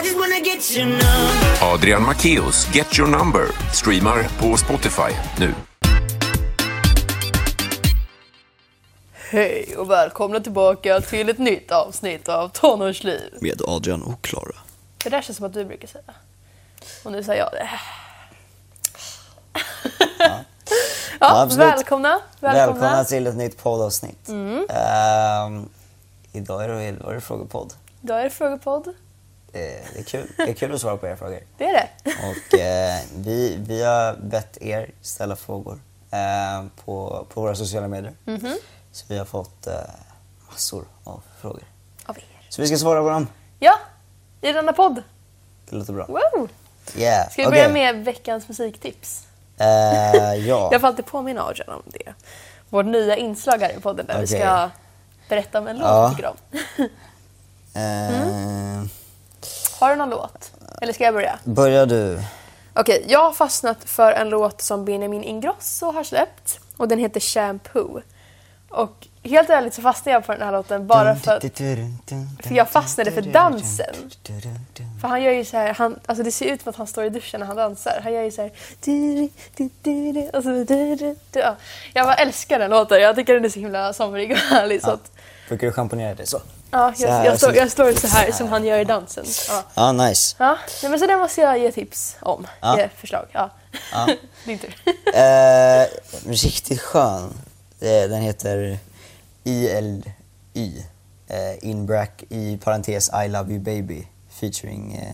just wanna get your number. Adrian Macchios Get Your Number streamar på Spotify nu. Hej och välkomna tillbaka till ett nytt avsnitt av Tonårsliv. Med Adrian och Klara. Det där känns som att du brukar säga. Och nu säger jag det. Ja, Välkomna till ett nytt poddavsnitt. Idag är det frågepodd. Idag är det frågepodd. Det är kul. Det är kul att svara på era frågor. Det är det. Och vi har bett er ställa frågor på våra sociala medier. Så vi har fått massor av frågor. Av er. Så vi ska svara på dem. Ja, i denna podd. Det låter bra. Wow. Yeah. Ska vi börja med veckans musiktips? Ja. Jag får alltid påminna Adrian om det. Vårt nya inslag här i podden där vi ska berätta om en låt vi tycker om. Har du någon låt? Eller ska jag börja? Börja du. Okej, jag har fastnat för en låt som Benjamin Ingrosso har släppt. Och den heter Shampoo. Och helt ärligt så fastnade jag på den här låten bara för jag fastnade för dansen. För han gör ju så här, alltså det ser ut som att han står i duschen när han dansar. Han gör ju så här. Ja. Jag bara älskar den låten. Jag tycker den är så himla somrig och härlig. Så att, brukar du schamponera det så? ja, jag står så här som han gör i dansen. Ja, nice. Ja, men så den måste jag ge tips om. Ge förslag. Ja. Din tur. Riktigt skön. Den heter ILY. I parentes I Love You Baby. Featuring...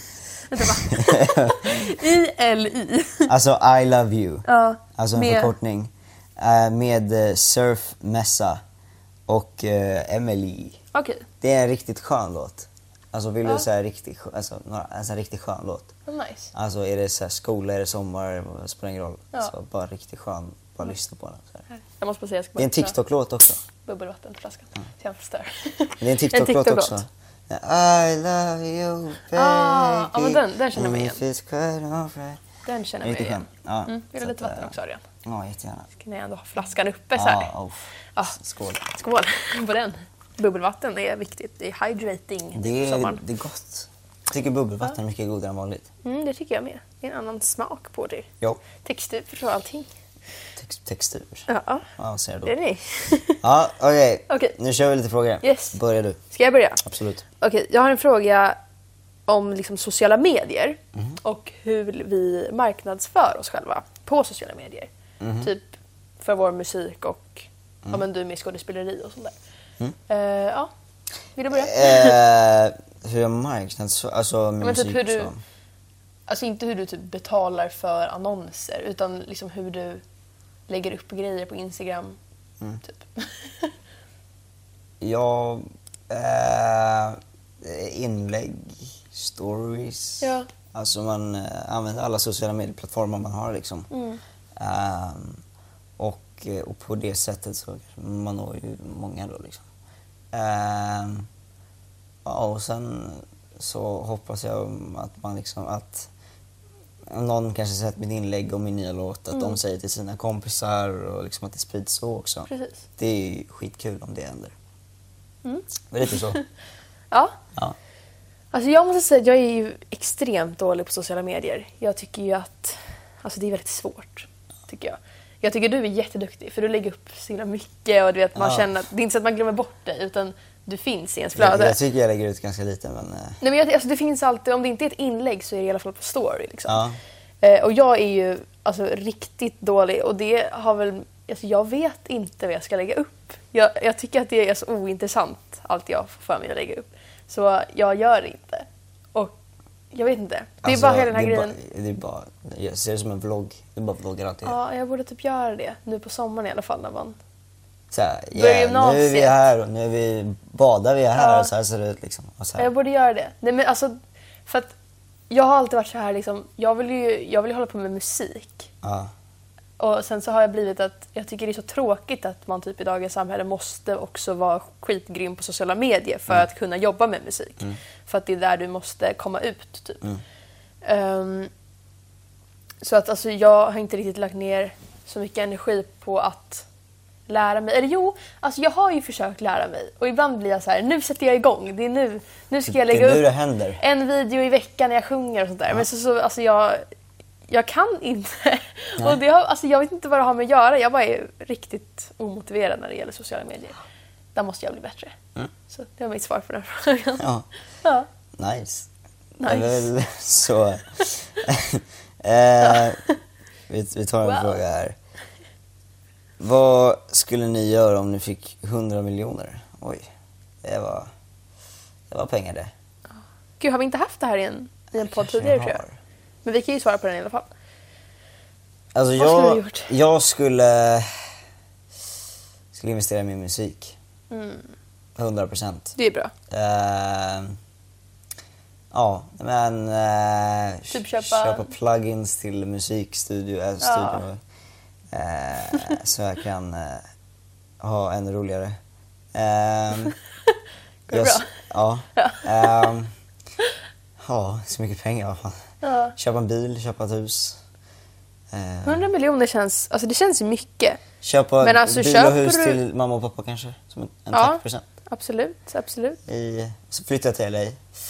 ILY. Alltså I Love You. Ja, alltså en förkortning. Med Surf Messa och Emily. Okej. Det är en riktigt skön låt. Alltså vill du säga riktigt en riktigt skön låt. Nice. Alltså är det så här skola, är det sommar, det spelar ingen roll. Ja. Så bara riktigt skön, bara lyssna på den så här. Jag måste bara säga, Det är en TikTok-låt också. Bubbelvattenflaskan. Så jag förstör. Det är en TikTok-låt också. I love you baby. Ja, men den känner jag mig igen. Den känner jag mig Riktigt igen. skön. Ja, Vill du lite vatten också, Adrian? Ja, jättegärna. Kan jag ändå ha flaskan uppe så här? Skål. Skål på den. Bubbelvatten är viktigt. Det är hydrating. Det är gott. Jag tycker bubbelvatten är mycket godare än vanligt. Det tycker jag med. Det är en annan smak på det. Jo. Textur och allting. Textur. Ja, vad säger du det är det. Ja, okej. Okej. Nu kör vi lite frågor. Yes. Börjar du. Ska jag börja? Absolut. Okej, jag har en fråga om liksom sociala medier och hur vi marknadsför oss själva på sociala medier. Typ för vår musik och men du med skådespeleri och sånt där. Vill du börja? Hur jag marknadsför, alltså med musik typ hur du, så. alltså inte hur du typ betalar för annonser utan liksom hur du lägger upp grejer på Instagram typ. Ja, inlägg, stories. Ja. Alltså man använder alla sociala medieplattformar man har liksom. Och på det sättet så man når ju många då liksom. Och sen så hoppas jag att man liksom att någon kanske sett mitt inlägg om min nya låt att de säger till sina kompisar och liksom att det sprids så också. Precis. Det är ju skitkul om det händer. Det är lite så. Ja. Alltså jag måste säga att jag är ju extremt dålig på sociala medier. Jag tycker ju att det är väldigt svårt, tycker jag. Jag tycker du är jätteduktig för du lägger upp så himla mycket och du vet, man känner att det är inte så att man glömmer bort dig utan du finns i ens flöde. Jag tycker jag lägger ut ganska lite men... Nej men alltså, det finns alltid, om det inte är ett inlägg så är det i alla fall på story liksom. Och jag är ju alltså riktigt dålig och det har väl, alltså, jag vet inte vad jag ska lägga upp. Jag tycker att det är så ointressant allt jag får för mig att lägga upp. Så jag gör det inte. Och jag vet inte. Det är alltså, bara hela den här grejen. Det är bara, jag ser det som en vlogg. Det är bara vloggar alltid. Ja, jag borde typ göra det. Nu på sommaren i alla fall när man... Så här, nu är vi här och nu är vi badar vi här och så här ser det ut liksom. Och så här. Jag borde göra det. Nej men alltså, för att jag har alltid varit så här liksom, jag vill ju hålla på med musik. Och sen så har jag blivit att jag tycker det är så tråkigt att man typ i dagens samhälle måste också vara skitgrym på sociala medier för att kunna jobba med musik. För att det är där du måste komma ut typ. Så att alltså, jag har inte riktigt lagt ner så mycket energi på att lära mig. Eller jo, alltså jag har ju försökt lära mig. Och ibland blir jag så här, nu sätter jag igång. Det är nu ska jag lägga det är nu upp det händer. en video i veckan när jag sjunger och sånt där. Ja. Men så alltså jag kan inte. Och alltså jag vet inte vad det har med att göra. Jag bara är riktigt omotiverad när det gäller sociala medier. Där måste jag bli bättre. Så det var mitt svar på den frågan. Ja. Nice. Nice. Så vi tar en fråga här. Vad skulle ni göra om ni fick 100 miljoner? Oj, det var pengar det. Gud, har vi inte haft det här i en podd tidigare tror jag? Men vi kan ju svara på den i alla fall. Alltså jag skulle investera i min musik. 100%. Det är bra. Ja, men typ köpa plugins till musikstudio studio, så jag kan ha ännu roligare. Går det bra? Ja, så mycket pengar. Ja. Köpa en bil, köpa ett hus. 100 miljoner känns, alltså det känns ju mycket. Köpa men alltså, bil och hus till mamma och pappa kanske, som en tackpresent. Absolut. Så flyttar jag till LA.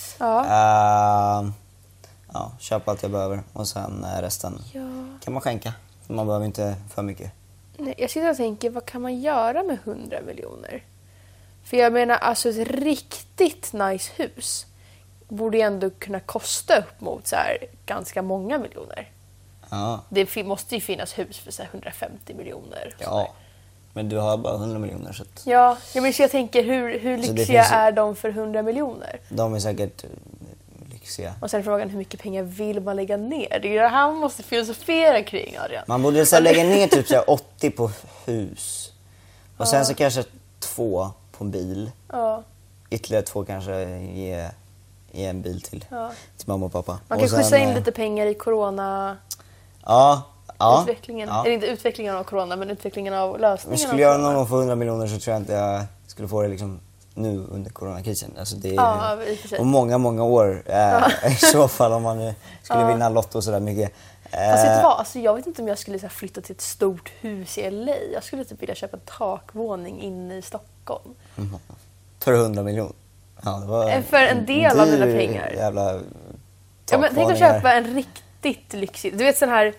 Köpa allt jag behöver och sen resten kan man skänka. Man behöver inte för mycket. Nej, jag sitter och tänker, vad kan man göra med 100 miljoner? För jag menar, alltså ett riktigt nice hus borde ju ändå kunna kosta upp mot så här ganska många miljoner. Ja. Det måste ju finnas hus för så här 150 miljoner. Ja, men du har bara 100 miljoner. Så att... Ja, men så jag tänker, hur lyxiga är de för 100 miljoner? De är säkert lyxiga. Och sen frågan, hur mycket pengar vill man lägga ner? Det är det här man måste filosofera kring, Adrian. Man borde så lägga ner typ så 80 på hus. Och sen så kanske 2 på en bil. Ja. Ytterligare 2 kanske ge en bil till mamma och pappa. Man kan skjutsa in lite pengar i corona... utvecklingen. Eller inte utvecklingen av corona, men utvecklingen av lösningen. Men skulle jag någon gång få 100 miljoner så tror jag inte jag skulle få det liksom nu under coronakrisen. Alltså det är många år i så fall om man skulle vinna lotto så där mycket. Fast vet du vad? Alltså, jag vet inte om jag skulle flytta till ett stort hus i LA. Jag skulle typ vilja köpa en takvåning inne i Stockholm. För 100 miljoner? Ja, det var för en del av mina pengar. Jävla men tänk att köpa en riktigt lyxig... Du vet sån här...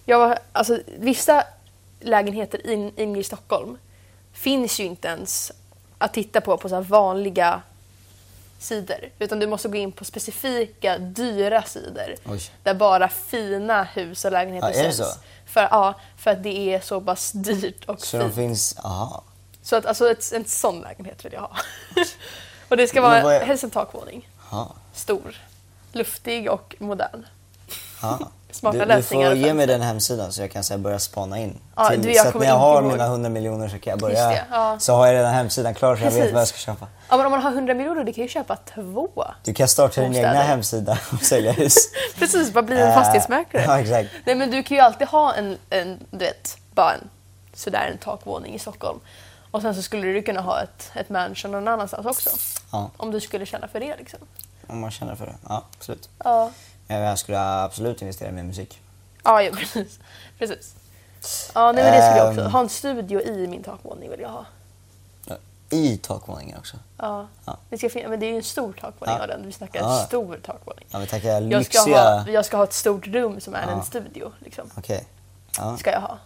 vissa lägenheter inne i Stockholm finns ju inte ens att titta på så här vanliga sidor. Utan du måste gå in på specifika, dyra sidor. Oj. Där bara fina hus och lägenheter säljs. Så? För att det är så pass dyrt och så fint. De finns... Aha. Så att alltså en sån lägenhet vill jag ha. Och det ska vara helst en takvåning. Stor, luftig och modern. Smarta lösningar. Du får ge mig den hemsidan så jag kan börja spana in. Så att när jag har mina 100 miljoner så kan jag börja. Så har jag redan hemsidan klar så jag vet vad jag ska köpa. Ja, men om man har 100 miljoner, du kan ju köpa 2. Du kan starta din egna hemsida och sälja hus. Precis, bara bli en fastighetsmäklare. Ja, exakt. Nej, men du kan ju alltid ha en du vet, bara en takvåning i Stockholm. Och sen så skulle du kunna ha ett mansion någon annanstans också. Ja. Om du skulle känna för det liksom. Om man känner för det, ja, absolut. Ja. Jag skulle absolut investera i min musik. Ja, precis. Ja, nej, men det skulle jag också. Ha en studio i min takvåning vill jag ha. Ja, i takvåningen också? Ja. Det ska men det är ju en stor takvåning av den. Vi snackar en stor takvåning. Ja, vi tackar lyxiga... Jag ska ha ett stort rum som är en studio. Liksom. Okej. Ja. Ska jag ha.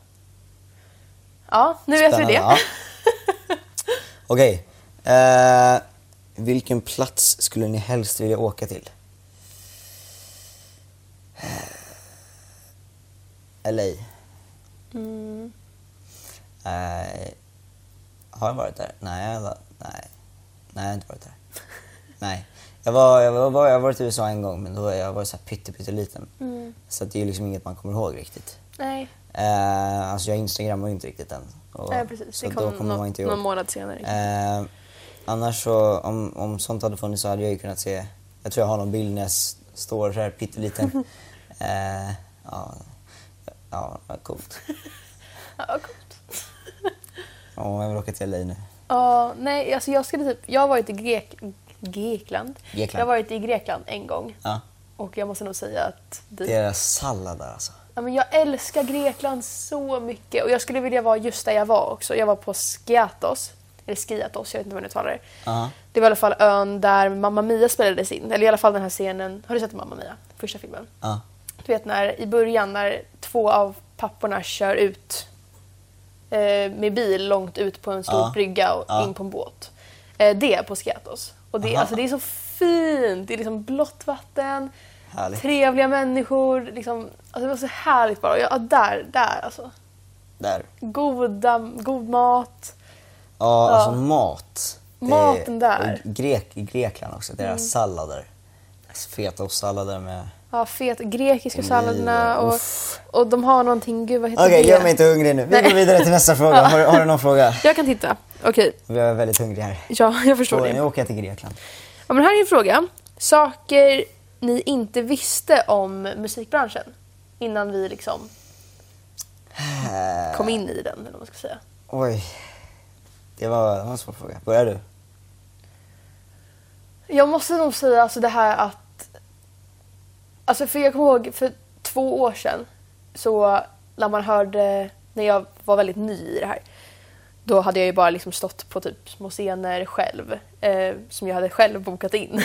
Ja, nu vet vi det. Ja. Okej. Vilken plats skulle ni helst vilja åka till? LA. Har jag varit där? Nej, jag har inte varit där. Nej. Jag har varit i USA en gång, men då jag var så här pytteliten. Så att det är liksom inget man kommer ihåg riktigt. Nej. Alltså jag instagrammar inte riktigt än. Nej, precis. Så det kom då kommer man inte ihåg. Någon månad senare. Annars så, om sånt hade funnits så hade jag ju kunnat se... Jag tror jag har någon bild när jag står så här pytteliten. Coolt. Ja, coolt. Jag vill åka till LA nu. Nej, alltså jag har varit i Grekland. Jag har varit i Grekland en gång. Ja. Och jag måste nog säga att... Deras sallad där alltså. Ja, men jag älskar Grekland så mycket och jag skulle vilja vara just där jag var också. Jag var på Skiathos, eller Skiathos, jag vet inte vad ni talar det. Det var i alla fall ön där Mamma Mia spelades in, eller i alla fall den här scenen. Har du sett Mamma Mia, första filmen? Du vet när i början när 2 av papporna kör ut med bil långt ut på en stor brygga och in på en båt. Det är på Skiathos. Och det, alltså, det är så fint. Det är liksom blått vatten. Härligt. Trevliga människor. Liksom, alltså det var så härligt bara. Ja, där alltså. Där. God mat. Ja, alltså mat. Maten där. I Grekland också. Deras sallader. Fetaostsallader med... Ja, grekiska salladerna och de har någonting, gud vad heter det? Okej, gör mig inte hungrig nu. Vi går vidare till nästa fråga. Har du någon fråga? Jag kan titta. Okej. Vi är väldigt hungriga här. Ja, jag förstår det. Nu åker jag till Grekland. Ja, men här är en fråga. Saker ni inte visste om musikbranschen innan vi liksom kom in i den, eller vad man ska säga. Oj. Det var en svår fråga. Börjar du? Jag måste nog säga alltså det här att alltså för jag kommer ihåg för 2 år sedan så när man hörde, när jag var väldigt ny i det här, då hade jag ju bara liksom stått på typ små scener själv som jag hade själv bokat in.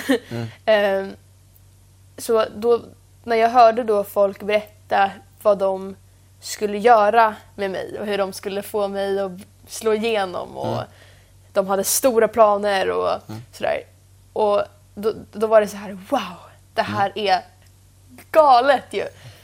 Så då när jag hörde då folk berätta vad de skulle göra med mig och hur de skulle få mig att slå igenom och de hade stora planer och sådär. Och då var det så här, wow, det här är galet ju.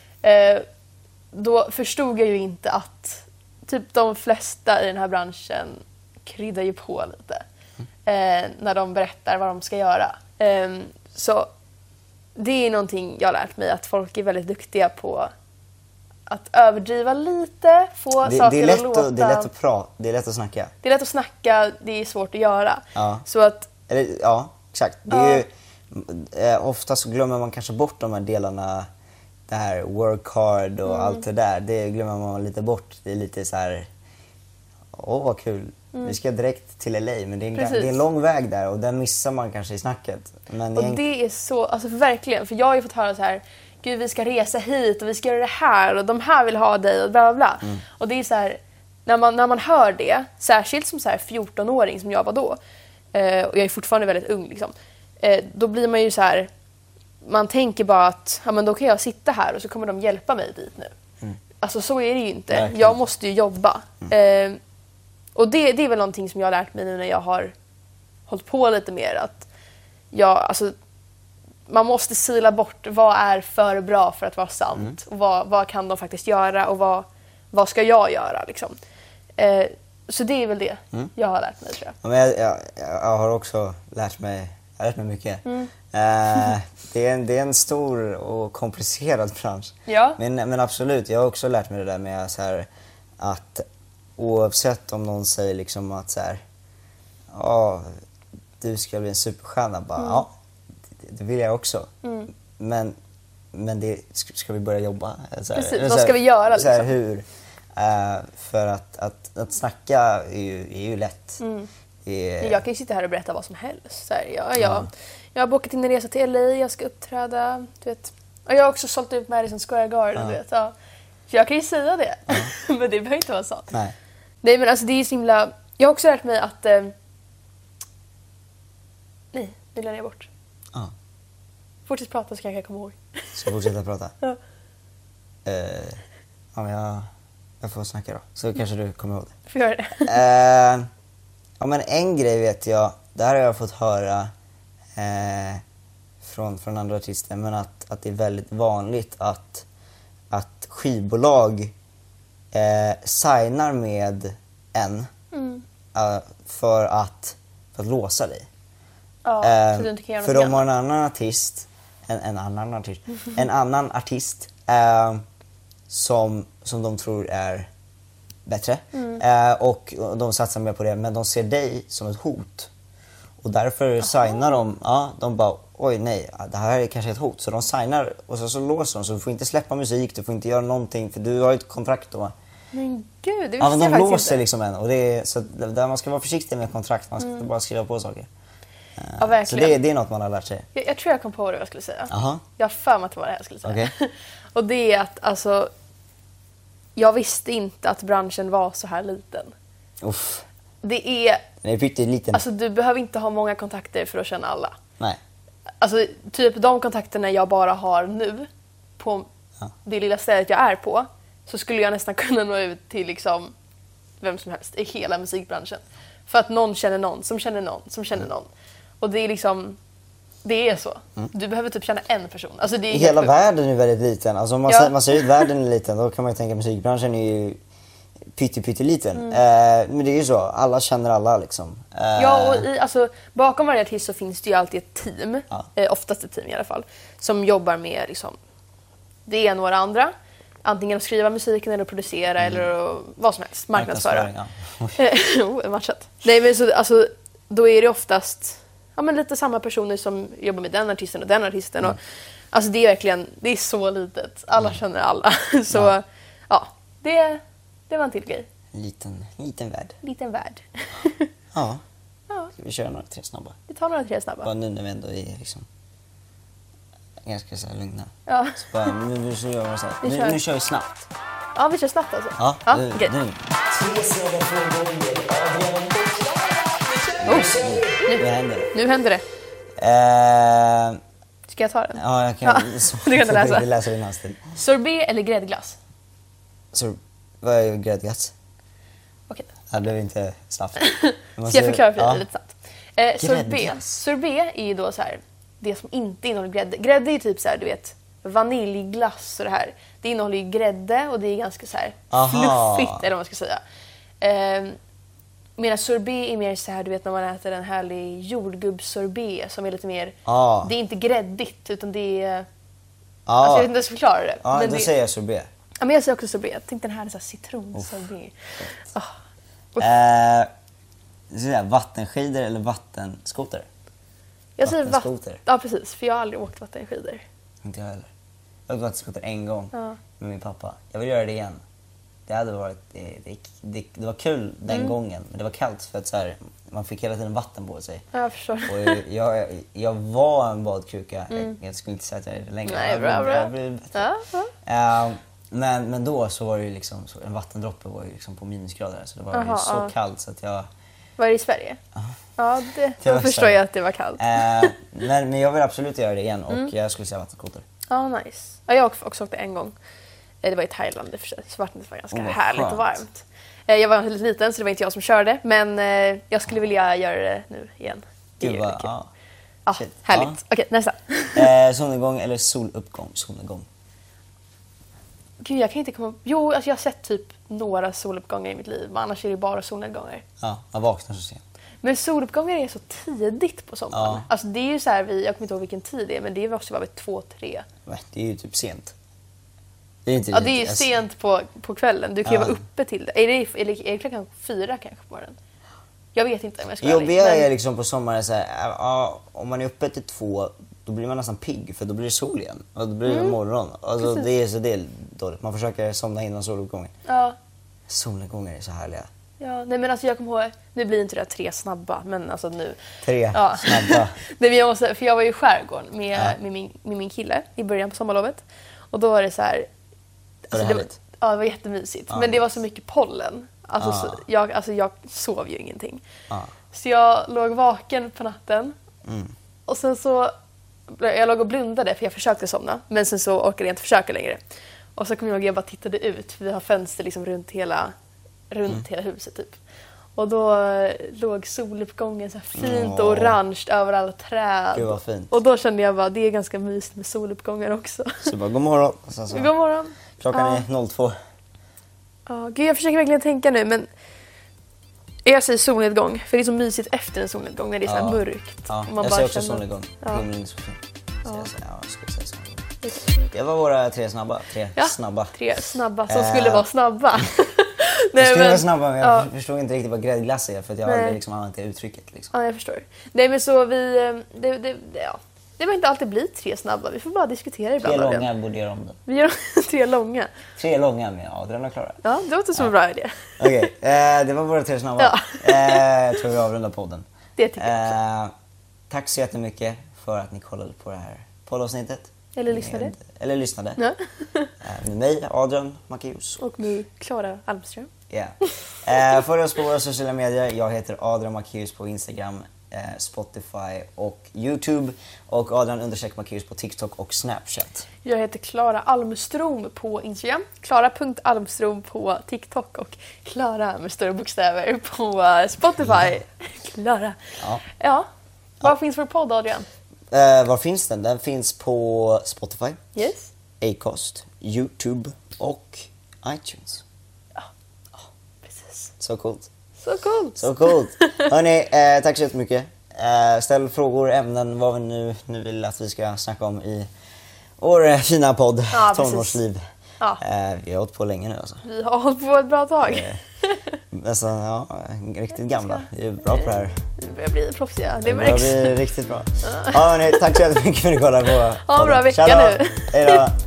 Då förstod jag ju inte att typ de flesta i den här branschen kryddar ju på lite när de berättar vad de ska göra. Så det är någonting jag har lärt mig, att folk är väldigt duktiga på att överdriva lite, få saker att låta. Det är lätt att prata, det är lätt att snacka. Det är lätt att snacka, det är svårt att göra. Ja. Så att ja, exakt. Det är ju, ofta så glömmer man kanske bort de här delarna, det här work hard och allt det där. Det glömmer man lite bort. Det är lite så här, vad kul. Vi ska direkt till LA, men det är en lång väg där och den missar man kanske i snacket. Men och det är så, alltså verkligen, för jag har ju fått höra så här, gud vi ska resa hit och vi ska göra det här och de här vill ha dig och bla bla bla. Och det är så här, när man hör det, särskilt som så här 14-åring som jag var då, och jag är fortfarande väldigt ung liksom, då blir man ju så här, man tänker bara att ja, men då kan jag sitta här och så kommer de hjälpa mig dit nu. Alltså så är det ju inte. Verkligen. Jag måste ju jobba. Och det är väl någonting som jag har lärt mig nu när jag har hållit på lite mer, att alltså, man måste sila bort vad är för bra för att vara sant och vad kan de faktiskt göra och vad ska jag göra liksom. Så det är väl det jag har lärt mig, tror jag. Ja, men jag har också lärt mig mycket. Det är en stor och komplicerad bransch. Ja. Men absolut, jag har också lärt mig det där med så här, att oavsett om någon säger liksom att så här, du ska bli en superstjärna, bara ja, det vill jag också. Men det ska vi börja jobba så här, precis, vad ska vi göra liksom? Så här, hur för att snacka är ju lätt. Jag kan ju sitta här och berätta vad som helst. Så här, jag har bokat in en resa till LA, jag ska uppträda, du vet. Och jag har också sålt ut Madison Square Garden, du vet. Ja. Så jag kan ju säga det, men det behöver inte vara sant. Nej, men alltså det är så himla... Jag har också lärt mig att... Nej, nu lämnar jag bort. Fortsätt prata så kanske jag kommer ihåg. Ska fortsätta prata? Ja. Ja, men jag får snacka då. Så kanske du kommer ihåg det. Får göra det. Ja, men en grej vet jag, där har jag fått höra från andra artister, men att det är väldigt vanligt att skivbolag signar med en för att låsa dig. Ja, så du inte kan göra för de har en annan artist som de tror är bättre. Och de satsar mer på det, men de ser dig som ett hot. Och därför signar de bara, oj nej, det här är kanske ett hot. Så de signar och så låser de, så du får inte släppa musik, du får inte göra någonting, för du har ju ett kontrakt då. Men gud, det visste jag faktiskt inte. De låser liksom en, och det är, så där man ska vara försiktig med kontrakt, man ska inte bara skriva på saker. Ja, verkligen. Så det är något man har lärt sig. Jag tror jag kom på vad jag skulle säga. Aha. Jag har för mig att det var det jag skulle säga. Okay. Och det är att alltså, jag visste inte att branschen var så här liten. Uff. Det är pytteliten. Alltså du behöver inte ha många kontakter för att känna alla. Nej. Alltså typ de kontakterna jag bara har nu på det lilla stället jag är på, så skulle jag nästan kunna nå ut till liksom vem som helst i hela musikbranschen. För att någon känner någon som känner någon som känner någon. Och det är liksom, det är så. Du behöver typ känna en person. Alltså det är hela världen är väldigt liten. Alltså om man ser ut världen är liten, då kan man ju tänka musikbranschen är ju pytteliten. Men det är ju så, alla känner alla liksom. Ja, och alltså, bakom varje artist så finns det ju alltid ett team, oftast ett team i alla fall, som jobbar med liksom, det ena och det andra. Antingen att skriva musiken eller att producera eller vad som helst, marknadsföra. Matchat. Nej, men så, alltså, då är det oftast lite samma personer som jobbar med den artisten och den artisten. Och, alltså det är verkligen, det är så litet. Alla känner alla. Så det var en till grej. Liten värld. Liten värld. Ja. Ska vi köra några 3 snabba? Vi tar några 3 snabba. Bara nu när vi ändå är liksom ganska så här lugna. Ja. Så bara, nu gör vi så här. Nu kör vi snabbt. Ja, vi kör snabbt alltså. Ja, okej. Nu händer det. Ska jag ta den? Ja, jag kan. Du kan läsa. Vi läser din handstil. Sorbet eller gräddglass? Vad är gräddglass? Okej. Ja, det är inte snabbt. Ska jag förklara för dig lite snabbt? Sorbet Sorbet är ju då så här, det som inte innehåller grädde. Grädde är typ så här, du vet, vaniljglass och det här. Det innehåller ju grädde och det är ganska så här fluffigt, eller vad man ska säga. Medan sorbet är mer så här, du vet, när man äter en härlig jordgubbssorbet som är lite mer, det är inte gräddigt utan det är, alltså jag vet inte hur jag ska förklara det. Ja, men då säger jag sorbet. Ja, men jag säger också sorbet. Jag tänkte den här är så här citronsorbet. Vattenskidor eller vattenskoter? Jag säger vattenskoter. Ja, precis. För jag har aldrig åkt vattenskidor. Inte jag heller. Jag har åkt vattenskoter en gång med min pappa. Jag vill göra det igen. Det hade varit, det var kul den gången, men det var kallt för att så här, man fick hela tiden vatten på sig. Ja, jag förstår. Och jag var en badkruka. Jag skulle inte säga att jag är det längre. Nej, bra. Men då så var det ju liksom, så en vattendroppe var ju liksom på minusgrader, så det var ju så kallt så att jag... Var det i Sverige? Ja, jag förstår jag att det var kallt. Men jag vill absolut göra det igen och jag skulle säga vattenskoter. Ja, nice. Ja, jag har också åkt en gång. Det var i Thailand i och för sig. Så vattnet var ganska härligt och varmt. Jag var lite liten så det var inte jag som körde, men jag skulle vilja göra det nu igen. Härligt. Okej, nästa. Solnedgång eller soluppgång? Solnedgång. Gud, jag kan inte komma... Jo, alltså jag har sett typ några soluppgångar i mitt liv, men annars är det bara solnedgångar. Ja, jag vaknar så sent. Men soluppgångar är så tidigt på sommaren. Ja. Alltså det är ju så här, jag kommer inte ihåg vilken tid det är, men det är också bara vid 2-3. Det är ju typ sent. Det är inte det är ju sent på kvällen. Du kan ju vara uppe till det. Är det klockan 4 kanske på morgonen? Jag vet inte om jag ska vara ärlig. Jag är liksom på sommaren så här, om man är uppe till 2, då blir man nästan pigg, för då blir det sol igen. Och då blir det morgon. Alltså det är dåligt. Man försöker somna innan soluppgången. Ja. Solnedgångar är så härliga. Ja, nej men alltså jag kommer ihåg, nu blir inte det 3 snabba, men alltså nu. 3 snabba. Nej, för jag var ju i skärgården med min kille i början på sommarlovet. Och då var det så här... Alltså, det var jättemysigt. Men det var så mycket pollen. Alltså, jag sov ju ingenting. Så jag låg vaken på natten. Och sen så... Jag låg och blundade för jag försökte somna. Men sen så orkade jag inte försöka längre. Och så kom jag ihåg att jag bara tittade ut. För vi har fönster liksom runt hela huset typ. Och då låg soluppgången så här fint och orange över alla träd. Gud vad fint. Och då kände jag bara, det är ganska mysigt med soluppgångar också. Så bara, god morgon. God morgon. Klockan är 02. Ja, gud, jag försöker verkligen tänka nu, men jag säger solnedgång, för det är så mysigt efter en solnedgång när det är så här mörkt. Ja, jag säger också solnedgång. Det var våra 3 snabba. 3 snabba. 3 snabba som skulle vara snabba. Nej, skulle vara snabba, men jag förstod inte riktigt vad gräddglass är, för att jag har aldrig liksom använt det uttrycket. Liksom. Ja, jag förstår. Nej, men så det var inte alltid bli 3 snabba. Vi får bara diskutera ibland. 3 långa borde göra om den. Vi gör 3 långa. 3 långa med Adrian och Klara. Ja, det låter som en bra idé. Okej, det var våra 3 snabba. Jag tror vi avrundar podden. Det tycker jag också. Tack så jättemycket för att ni kollade på det här poddavsnittet. Eller lyssnade. Eller lyssnade. Ja. Med mig, Adrian Macéus. Och med Klara Almström. Yeah. Följ oss på våra sociala medier. Jag heter Adrian Macéus på Instagram, Spotify och YouTube. Och Adrian_Macéus på TikTok och Snapchat. Jag heter Klara Almström på Instagram. Klara.almström på TikTok. Och Klara med stora bokstäver på Spotify. Klara. Ja. Var finns vår podd, Adrian? Var finns den? Den finns på Spotify, Yes. Acast, YouTube och iTunes. Ja, precis. Så coolt. Så coolt. Hörrni, tack så jättemycket. Ställ frågor, ämnen, vad vi nu vill att vi ska snacka om i vår fina podd, tonårsliv. Ja. Vi har hållit på länge nu alltså. Vi har hållit på ett bra tag. Alltså, ja, riktigt gamla. Vi är bra på det här. Vi börjar bli proffsiga. Det börjar bli riktigt bra. Ja, hörni, tack så jättemycket för att ni kollade på. Ha en bra vecka nu. Hej då.